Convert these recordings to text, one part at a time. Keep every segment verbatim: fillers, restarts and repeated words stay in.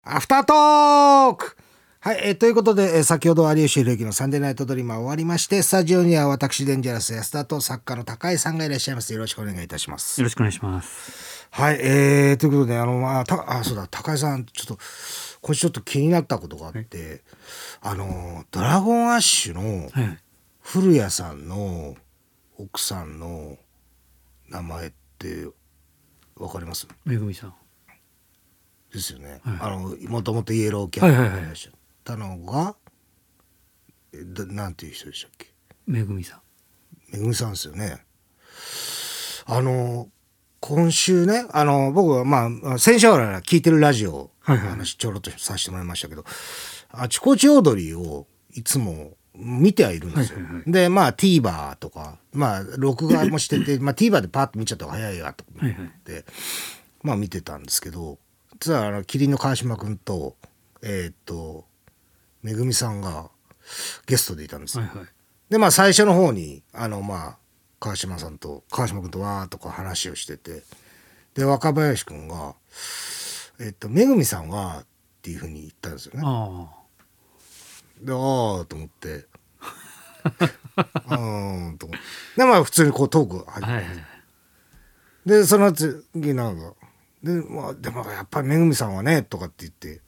アフタートーク。はい、えー、ということで、えー、先ほど有吉弘行のサンデーナイトドリーマー終わりまして、スタジオには私デンジャラス安田と作家の高井さんがいらっしゃいます。よろしくお願いいたします。 よろしくお願いします。 はい、えー、ということで、あの、まあ、たあそうだ高井さん、ちょっと今週ちょっと気になったことがあって、あのドラゴンアッシュの古谷さんの奥さんの名前ってわかります？ めぐみさんですよね、 はい、 あのもともとイエローキャラでいらっしゃったのが、はいはいはい、なんていう人でしたっけ？ めぐみさんめぐみさんですよね。あの今週ね、あの僕はまあ先週から聞いてるラジオの話ちょろっとさせてもらいましたけど、はいはい、あちこちオードリーをいつも見てはいるんですよ、はいはいはい、でまあ TVer とかまあ録画もしててまあ TVer でパッと見ちゃった方が早いわと思って、はいはい、まあ見てたんですけど、実はあのキリンの川島くんとえー、っとめぐみさんがゲストでいたんですよ、はいはい、でまあ最初の方にあのまあ川島さんと川島くんとわーっとこう話をしてて、で若林くんがえー、っとめぐみさんはっていうふうに言ったんですよね。あであーと思ってあーと思ってでまあ普通にこうトーク入って、はいはい、でその次なんかで、まあ、でもやっぱりめぐみさんはねとかって言って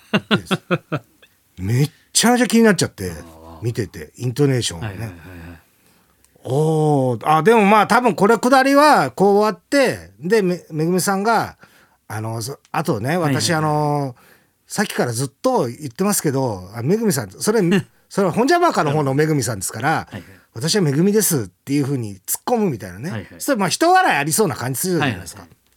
めっちゃめちゃ気になっちゃって見ててイントネーションがね、はいはいはいはい、おーあでもまあ多分これ下りはこう終わってで め, めぐみさんがあのあとね私、はいはいはい、あのさっきからずっと言ってますけどめぐみさんそれそれは本ジャマカの方のめぐみさんですから、はいはい、私はめぐみですっていう風に突っ込むみたいなね、はいはい、それまあ人笑いありそうな感じするじゃないですか、はいはいはい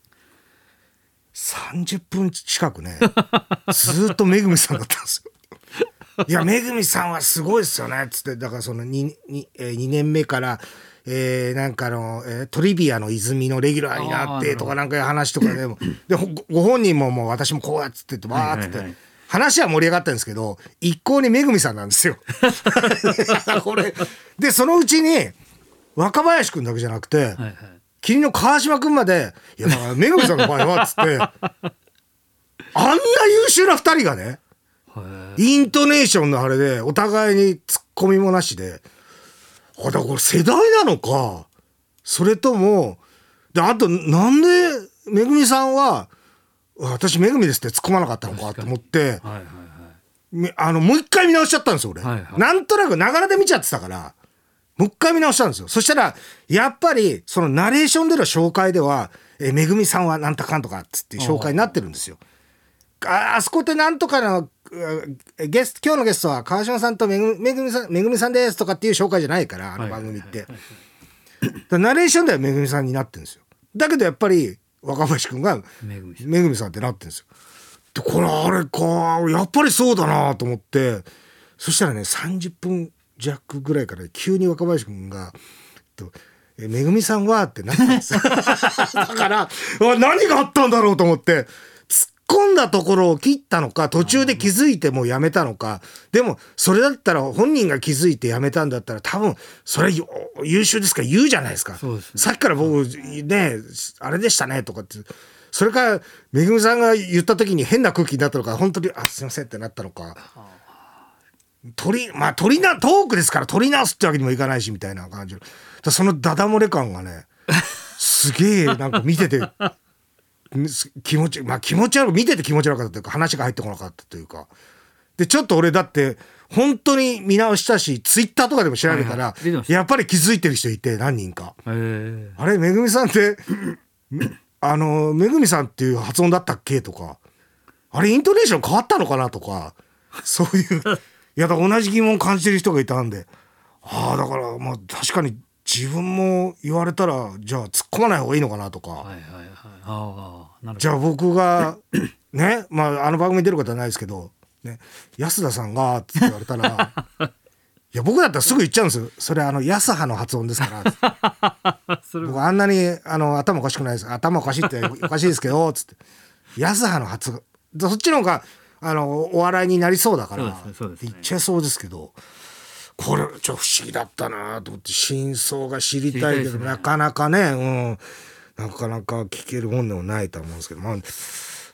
、さんじゅっぷん近くねずっとめぐみさんだったんですよいやめぐみさんはすごいですよねっつって、だからその 2, 2, えー、にねんめから、えー、なんかの、えー、トリビアの泉のレギュラーになってとかなんかいう話とかでもでご本人ももう私もこうやっつっててわーっつって、はいはいはい、話は盛り上がったんですけど一向にめぐみさんなんですよこれでそのうちに若林くんだけじゃなくて、はいはい、君の川島くんまでいやだからめぐみさんの場合はっつってあんな優秀なふたりがねイントネーションのあれでお互いにツッコミもなしで、あだからこれ世代なのかそれともであとなんでめぐみさんは私めぐみですって突っ込まなかったのかと思って、はいはいはい、あのもう一回見直しちゃったんですよ俺、はいはい、なんとなくながらで見ちゃってたからもう一回見直したんですよ。そしたらやっぱりそのナレーションでの紹介ではえめぐみさんはなんとかんとかっつって紹介になってるんですよ。あ, あそこってなんとかのゲスト今日のゲストは川島さんとめぐめぐみさんめぐみさんですとかっていう紹介じゃないからあの番組って、はいはいはいはい、ナレーションではめぐみさんになってるんですよ。だけどやっぱり若林くんがめぐみさん、めぐみさんってなってるんですよ。でこれあれかやっぱりそうだなと思って、そしたらねさんじゅっぷん弱ぐらいから急に若林くんがえめぐみさんはってなったんですよだから何があったんだろうと思って突っ込んだところを切ったのか途中で気づいてもうやめたのか、でもそれだったら本人が気づいてやめたんだったら多分それ優秀ですから言うじゃないですか。そうですね、さっきから僕ねあれでしたねとかってそれからめぐみさんが言った時に変な空気になったのか本当にあすいませんってなったのか取りまあ取りなトークですから取り直すってわけにもいかないしみたいな感じだそのダダ漏れ感がねすげえなんか見てて気持ちまあ気持ち悪い見てて気持ち悪かったというか話が入ってこなかったというかでちょっと俺だって本当に見直したしツイッターとかでも調べたら、はいはい、やっぱり気づいてる人いて何人かあれめぐみさんってあのめぐみさんっていう発音だったっけとかあれイントネーション変わったのかなとかそういういやだ同じ疑問を感じてる人がいたんでああだからまあ確かに自分も言われたらじゃあ突っ込まない方がいいのかなとか、はいはいはい、あなるほどじゃあ僕がねまああの番組に出ることはないですけど、ね、安田さんがって言われたらいや僕だったらすぐ言っちゃうんですよ。それあの安葉の発音ですから僕あんなにあの頭おかしくないです頭おかしいっておかしいですけどつって安葉の発音そっちの方があのお笑いになりそうだから言っちゃいそうですけどこれちょっと不思議だったなと思って真相が知りたいけど、ね、なかなかね、うん、なかなか聞けるもんでもないと思うんですけど、まあ、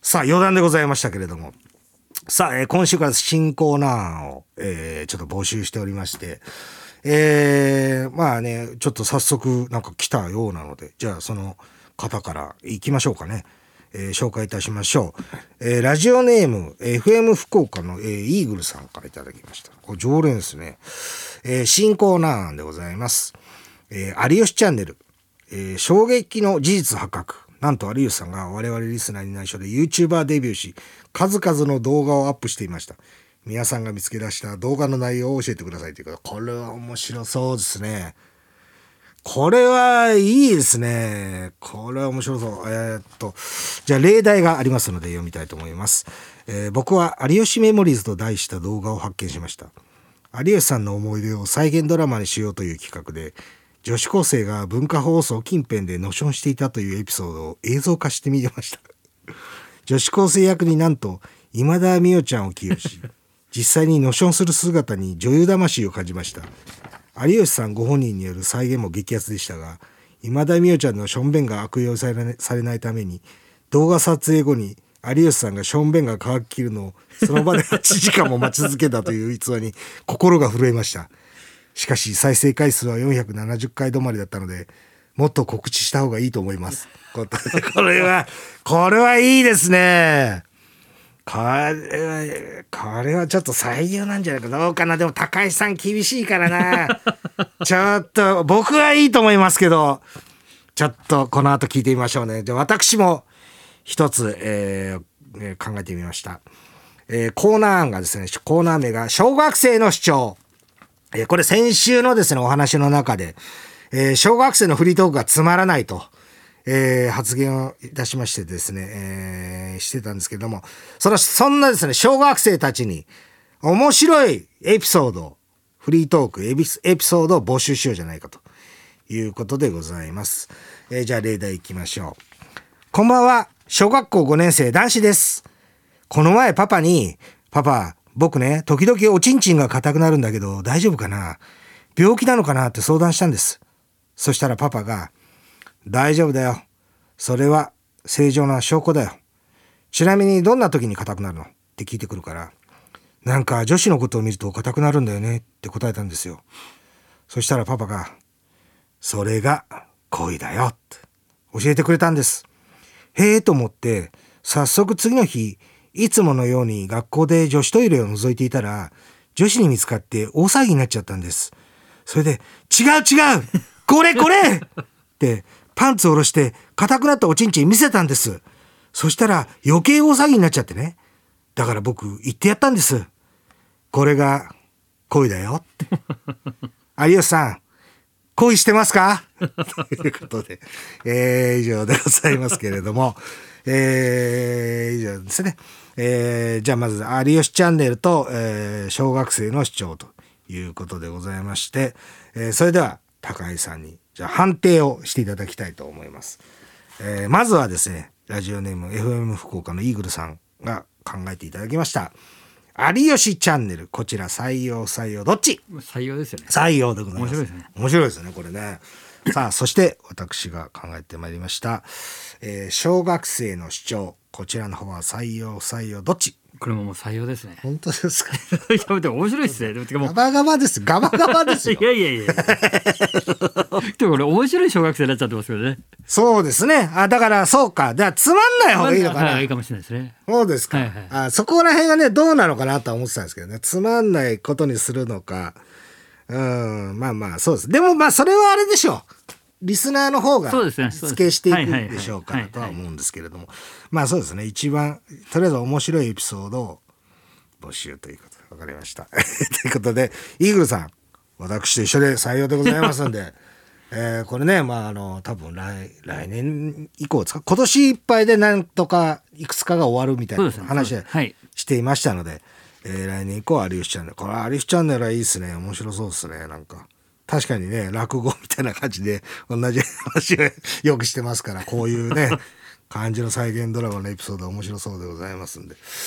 さあ余談でございましたけれども、さあ、えー、今週から新コーナーを、えー、ちょっと募集しておりまして、えー、まあねちょっと早速なんか来たようなので、じゃあその方から行きましょうかね。えー、紹介いたしましょう。えー、ラジオネーム エフエム 福岡の、えー、イーグルさんからいただきました。これ常連ですね。えー、新コーナーでございます。えー、有吉チャンネル、えー、衝撃の事実発覚。なんと有吉さんが我々リスナーに内緒で YouTuber デビューし、数々の動画をアップしていました。皆さんが見つけ出した動画の内容を教えてくださいということ。これは面白そうですね。これはいいですね。これは面白そう。えー、っとじゃあ例題がありますので読みたいと思います。えー、僕は有吉メモリーズと題した動画を発見しました。有吉さんの思い出を再現ドラマにしようという企画で、女子高生が文化放送近辺でノションしていたというエピソードを映像化してみました。女子高生役になんと今田美桜ちゃんを起用し、実際にノションする姿に女優魂を感じました。有吉さんご本人による再現も激アツでしたが、今田美桜ちゃんのションベンが悪用され、されないために動画撮影後に有吉さんがションベンが乾ききるのをその場ではちじかんも待ち続けたという逸話に心が震えました。しかし再生回数はよんひゃくななじゅっかい止まりだったので、もっと告知した方がいいと思います。これはこれはいいですね。これはこれはちょっと採用なんじゃないか。どうかな。でも高橋さん厳しいからな。ちょっと僕はいいと思いますけど、ちょっとこの後聞いてみましょうね。で私も一つ、えー、考えてみました。えー、コーナー案がですね、コーナー名が小学生の主張。えー、これ先週のですねお話の中で、えー、小学生のフリートークがつまらないと、えー、発言をいたしましてですね、えー、してたんですけども、そのそんなですね小学生たちに面白いエピソード、フリートークエピ、エピソードを募集しようじゃないかということでございます。えー、じゃあ例題いきましょう。こんばんは、小学校ごねん生男子です。この前パパに、パパ僕ね時々おちんちんが硬くなるんだけど大丈夫かな、病気なのかなって相談したんです。そしたらパパが、大丈夫だよ、それは正常な証拠だよ。ちなみにどんな時に硬くなるのって聞いてくるから、なんか女子のことを見ると硬くなるんだよねって答えたんですよ。そしたらパパが、それが恋だよって教えてくれたんです。へえと思って、早速次の日いつものように学校で女子トイレを覗いていたら、女子に見つかって大騒ぎになっちゃったんです。それで、違う違うこれこれってパンツを下ろして硬くなったおちんちん見せたんです。そしたら余計大騒ぎになっちゃってね。だから僕言ってやったんです。これが恋だよって。有吉さん恋してますかということで、えー、以上でございますけれども、えー、以上ですね。えー、じゃあまず有吉チャンネルと、えー、小学生の主張ということでございまして、えー、それでは高井さんにじゃあ判定をしていただきたいと思います。えー、まずはですね、ラジオネーム エフエム 福岡のイーグルさんが考えていただきました有吉チャンネル、こちら採用採用どっち？ 採用ですよね。 採用でございます。 面白いですね。 面白いですねこれね。さあそして私が考えてまいりました、えー、小学生の主張、こちらの方は採用採用どっち？ これももう採用ですね。 本当ですか？ いやでも面白いですね。でもてかもうガバガバです。ガバガバですよ。 いやいやいや。でもこれ面白い小学生になっちゃってますけどね。 そうですね。あだからそうか。だからつまんない方がいいのかな。 はい、いいかもしれないですね。 そうですか。 はいはい、 あそこら辺がねどうなのかなとは思ってたんですけどね。つまんないことにするのか。うんまあまあそうです。でもまあそれはあれでしょう。リスナーの方が付けしていくんでしょうからとは思うんですけれども、まあそうですね、一番とりあえず面白いエピソードを募集ということで分かりましたということでイーグルさん私と一緒で採用でございますんでえー、これねまああの多分 来, 来年以降ですか、今年いっぱいでなんとかいくつかが終わるみたいな話でしていましたので、えー、来年以降は有吉チャンネル、これ有吉チャンネルはいいですね、面白そうですね。なんか確かにね落語みたいな感じで同じ話をよくしてますから、こういうね感じの再現ドラマのエピソードは面白そうでございますんで、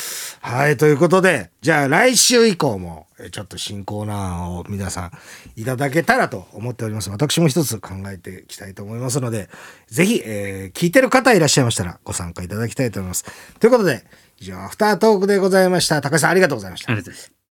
はいということでじゃあ来週以降もちょっと新コーナーを皆さんいただけたらと思っております。私も一つ考えていきたいと思いますのでぜひ、えー、聞いてる方いらっしゃいましたらご参加いただきたいと思います。ということで以上アフタートークでございました。高橋さんありがとうございました。 ありがとうございます。